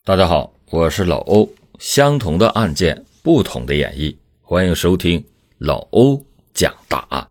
大家好，我是老欧，相同的案件，不同的演绎，欢迎收听老欧讲大案。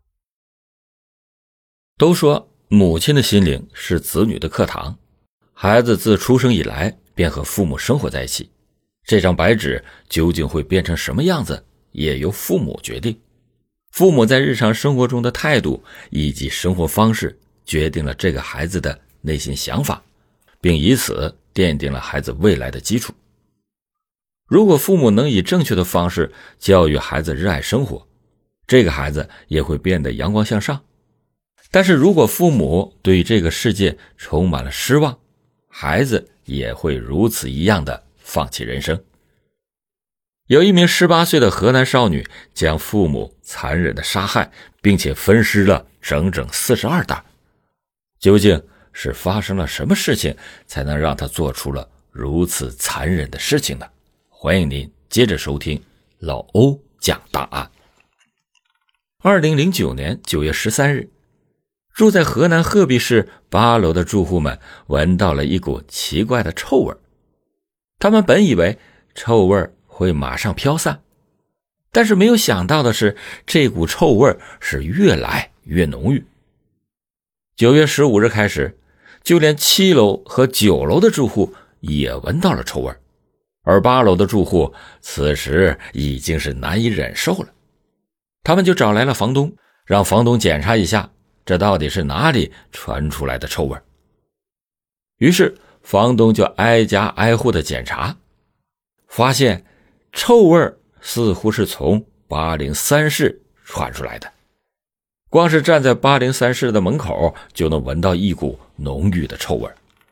都说母亲的心灵是子女的课堂，孩子自出生以来便和父母生活在一起，这张白纸究竟会变成什么样子，也由父母决定。父母在日常生活中的态度以及生活方式决定了这个孩子的内心想法，并以此奠定了孩子未来的基础。如果父母能以正确的方式教育孩子热爱生活，这个孩子也会变得阳光向上。但是如果父母对这个世界充满了失望，孩子也会如此一样的放弃人生。有一名18岁的河南少女将父母残忍的杀害，并且分尸了整整42袋。究竟是发生了什么事情才能让她做出了如此残忍的事情呢？欢迎您接着收听老欧讲大案。2009年9月13日，住在河南鹤壁市8楼的住户们闻到了一股奇怪的臭味。他们本以为臭味会马上飘散，但是没有想到的是，这股臭味是越来越浓郁。9月15日开始，就连7楼和9楼的住户也闻到了臭味，而8楼的住户此时已经是难以忍受了。他们就找来了房东，让房东检查一下，这到底是哪里传出来的臭味。于是房东就挨家挨户的检查，发现臭味似乎是从803室传出来的。光是站在803室的门口就能闻到一股浓郁的臭味。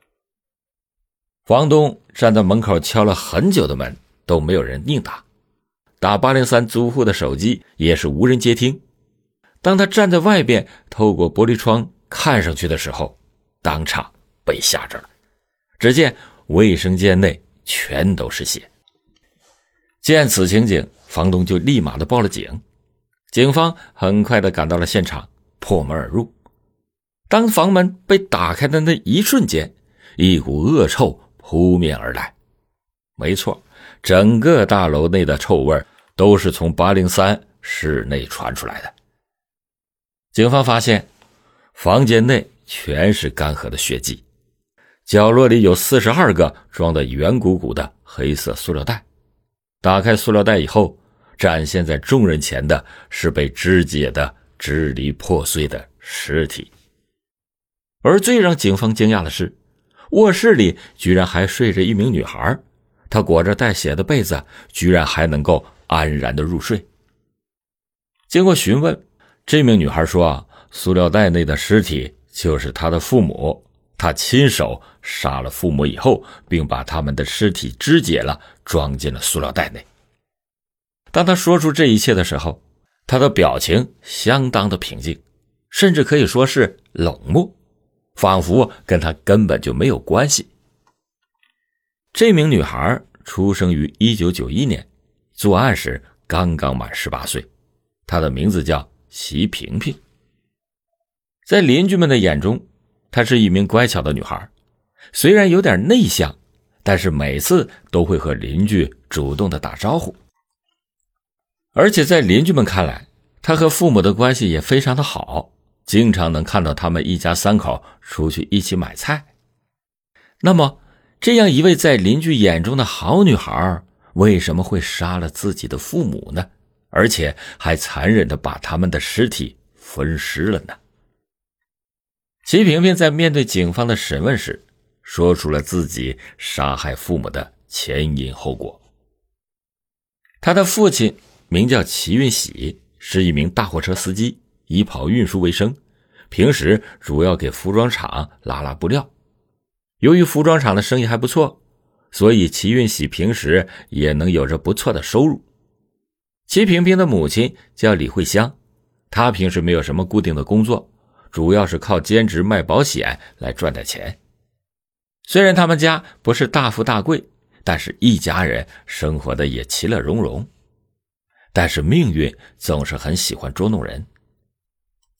房东站在门口敲了很久的门，都没有人应答，打803租户的手机也是无人接听。当他站在外边透过玻璃窗看上去的时候，当场被吓着了。只见卫生间内全都是血。见此情景，房东就立马的报了警。警方很快的赶到了现场，破门而入。当房门被打开的那一瞬间，一股恶臭扑面而来。没错，整个大楼内的臭味都是从803室内传出来的。警方发现房间内全是干涸的血迹，角落里有42个装得圆鼓鼓的黑色塑料袋。打开塑料袋以后，展现在众人前的是被肢解的支离破碎的尸体。而最让警方惊讶的是，卧室里居然还睡着一名女孩，她裹着带血的被子，居然还能够安然的入睡。经过询问，这名女孩说塑料袋内的尸体就是她的父母，她亲手杀了父母以后，并把他们的尸体肢解了，装进了塑料袋内。当她说出这一切的时候，她的表情相当的平静，甚至可以说是冷漠，仿佛跟她根本就没有关系。这名女孩出生于1991年，作案时刚刚满18岁，她的名字叫齐萍萍。在邻居们的眼中，她是一名乖巧的女孩，虽然有点内向，但是每次都会和邻居主动的打招呼。而且在邻居们看来，她和父母的关系也非常的好，经常能看到他们一家3口出去一起买菜。那么这样一位在邻居眼中的好女孩，为什么会杀了自己的父母呢？而且还残忍地把他们的尸体分尸了呢？齐萍萍在面对警方的审问时，说出了自己杀害父母的前因后果。他的父亲名叫齐运喜，是一名大货车司机，以跑运输为生，平时主要给服装厂拉布料。由于服装厂的生意还不错，所以齐运喜平时也能有着不错的收入。齐萍萍的母亲叫李慧香，她平时没有什么固定的工作，主要是靠兼职卖保险来赚点钱。虽然他们家不是大富大贵，但是一家人生活的也其乐融融。但是命运总是很喜欢捉弄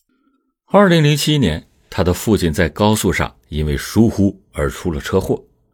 人。2007年，他的父亲在高速上因为疏忽而出了车祸。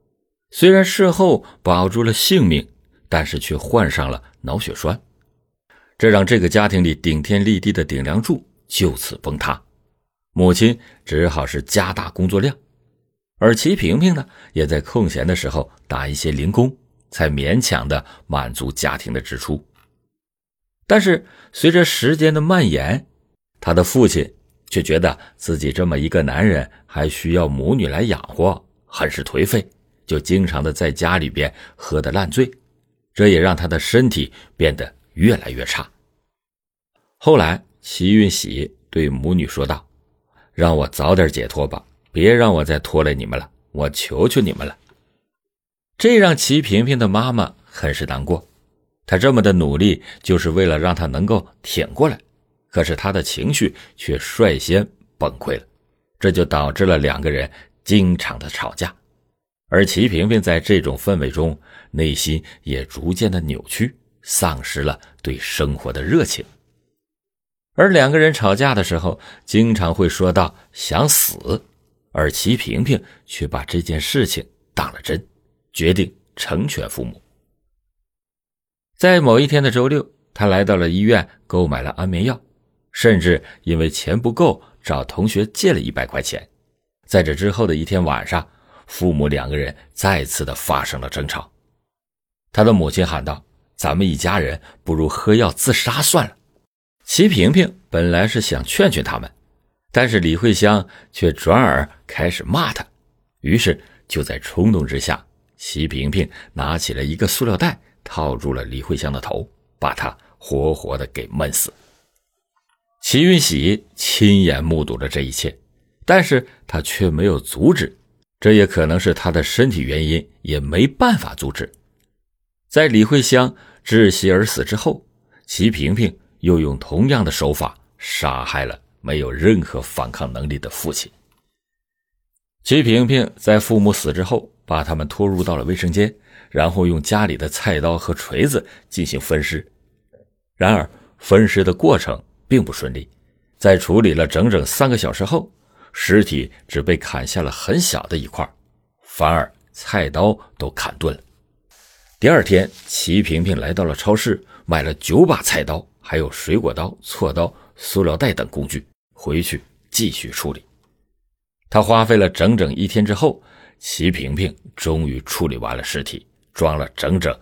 虽然事后保住了性命，但是却患上了脑血栓，这让这个家庭里顶天立地的顶梁柱就此崩塌。母亲只好是加大工作量，而齐萍萍呢，也在空闲的时候打一些零工，才勉强的满足家庭的支出。但是随着时间的蔓延，他的父亲却觉得自己这么一个男人还需要母女来养活，很是颓废，就经常的在家里边喝得烂醉，这也让他的身体变得越来越差。后来齐运喜对母女说道，让我早点解脱吧，别让我再拖累你们了，我求求你们了。这让齐萍萍的妈妈很是难过，她这么的努力就是为了让她能够挺过来，可是她的情绪却率先崩溃了，这就导致了两个人经常的吵架。而齐萍萍在这种氛围中，内心也逐渐的扭曲，丧失了对生活的热情。而两个人吵架的时候，经常会说到想死，而齐萍萍却把这件事情当了真，决定成全父母。在某一天的周六，他来到了医院购买了安眠药，甚至因为钱不够找同学借了100块钱。在这之后的一天晚上，父母两个人再次的发生了争吵。他的母亲喊道，咱们一家人不如喝药自杀算了。齐萍萍本来是想劝劝他们，但是李慧香却转而开始骂他，于是就在冲动之下，齐萍萍拿起了一个塑料袋套住了李慧香的头，把她活活的给闷死。齐运喜亲眼目睹了这一切，但是他却没有阻止，这也可能是他的身体原因，也没办法阻止。在李慧香窒息而死之后，齐萍萍又用同样的手法杀害了没有任何反抗能力的父亲。齐萍萍在父母死之后，把他们拖入到了卫生间，然后用家里的菜刀和锤子进行分尸。然而分尸的过程并不顺利，在处理了整整3个小时后，尸体只被砍下了很小的一块，反而菜刀都砍钝了。第二天，齐萍萍来到了超市，买了9把菜刀，还有水果刀、锉刀、塑料袋等工具，回去继续处理。他花费了整整1天之后，齐萍萍终于处理完了尸体，装了整整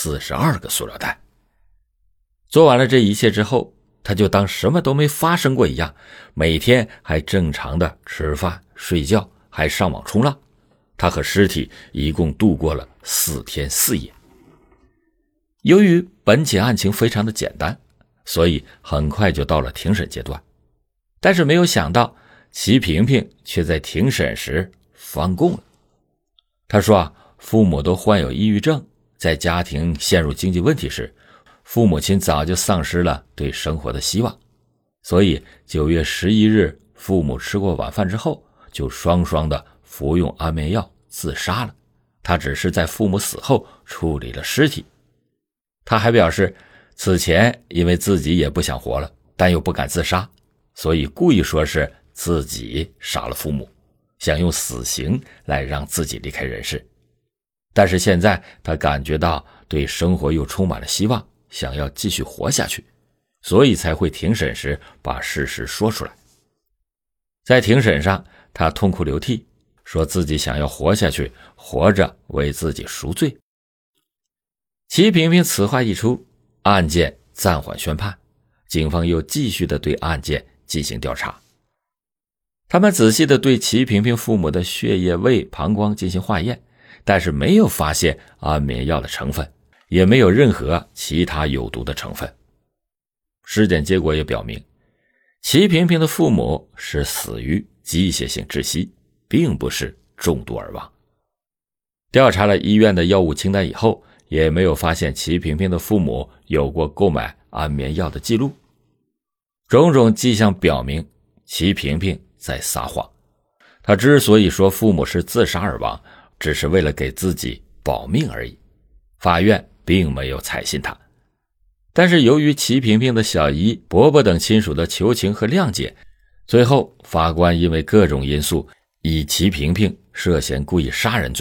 42个塑料袋。做完了这一切之后，他就当什么都没发生过一样，每天还正常的吃饭、睡觉，还上网冲浪。他和尸体一共度过了4天4夜。由于本起案情非常的简单，所以很快就到了庭审阶段。但是没有想到，齐萍萍却在庭审时翻供了。他说父母都患有抑郁症，在家庭陷入经济问题时，父母亲早就丧失了对生活的希望，所以9月11日父母吃过晚饭之后，就双双的服用安眠药自杀了。他只是在父母死后处理了尸体。他还表示，此前因为自己也不想活了，但又不敢自杀，所以故意说是自己杀了父母，想用死刑来让自己离开人世。但是现在他感觉到对生活又充满了希望，想要继续活下去，所以才会庭审时把事实说出来。在庭审上，他痛哭流涕，说自己想要活下去，活着为自己赎罪。齐萍萍此话一出，案件暂缓宣判，警方又继续的对案件进行调查。他们仔细的对齐萍萍父母的血液、胃、膀胱进行化验，但是没有发现安眠药的成分，也没有任何其他有毒的成分。尸检结果也表明，齐萍萍的父母是死于机械性窒息，并不是中毒而亡。调查了医院的药物清单以后，也没有发现齐萍萍的父母有过购买安眠药的记录。种种迹象表明，齐萍萍在撒谎。他之所以说父母是自杀而亡，只是为了给自己保命而已。法院并没有采信他。但是由于齐萍萍的小姨、伯伯等亲属的求情和谅解，最后法官因为各种因素，以齐萍萍涉嫌故意杀人罪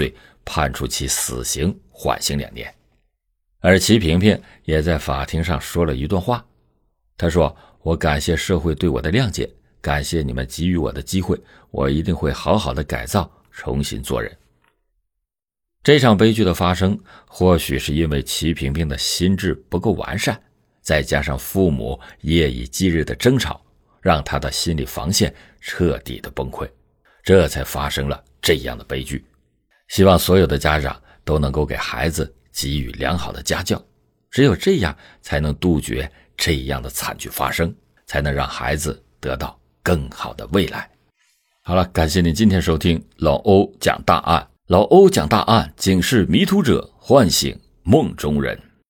判处其死刑，缓刑2年。而齐萍萍也在法庭上说了一段话，他说：我感谢社会对我的谅解，感谢你们给予我的机会，我一定会好好的改造，重新做人。这场悲剧的发生，或许是因为齐萍萍的心智不够完善，再加上父母夜以继日的争吵，让她的心理防线彻底的崩溃，这才发生了这样的悲剧。希望所有的家长都能够给孩子给予良好的家教，只有这样才能杜绝这样的惨剧发生，才能让孩子得到更好的未来。好了，感谢您今天收听老欧讲大案。老欧讲大案，警示迷途者，唤醒梦中人。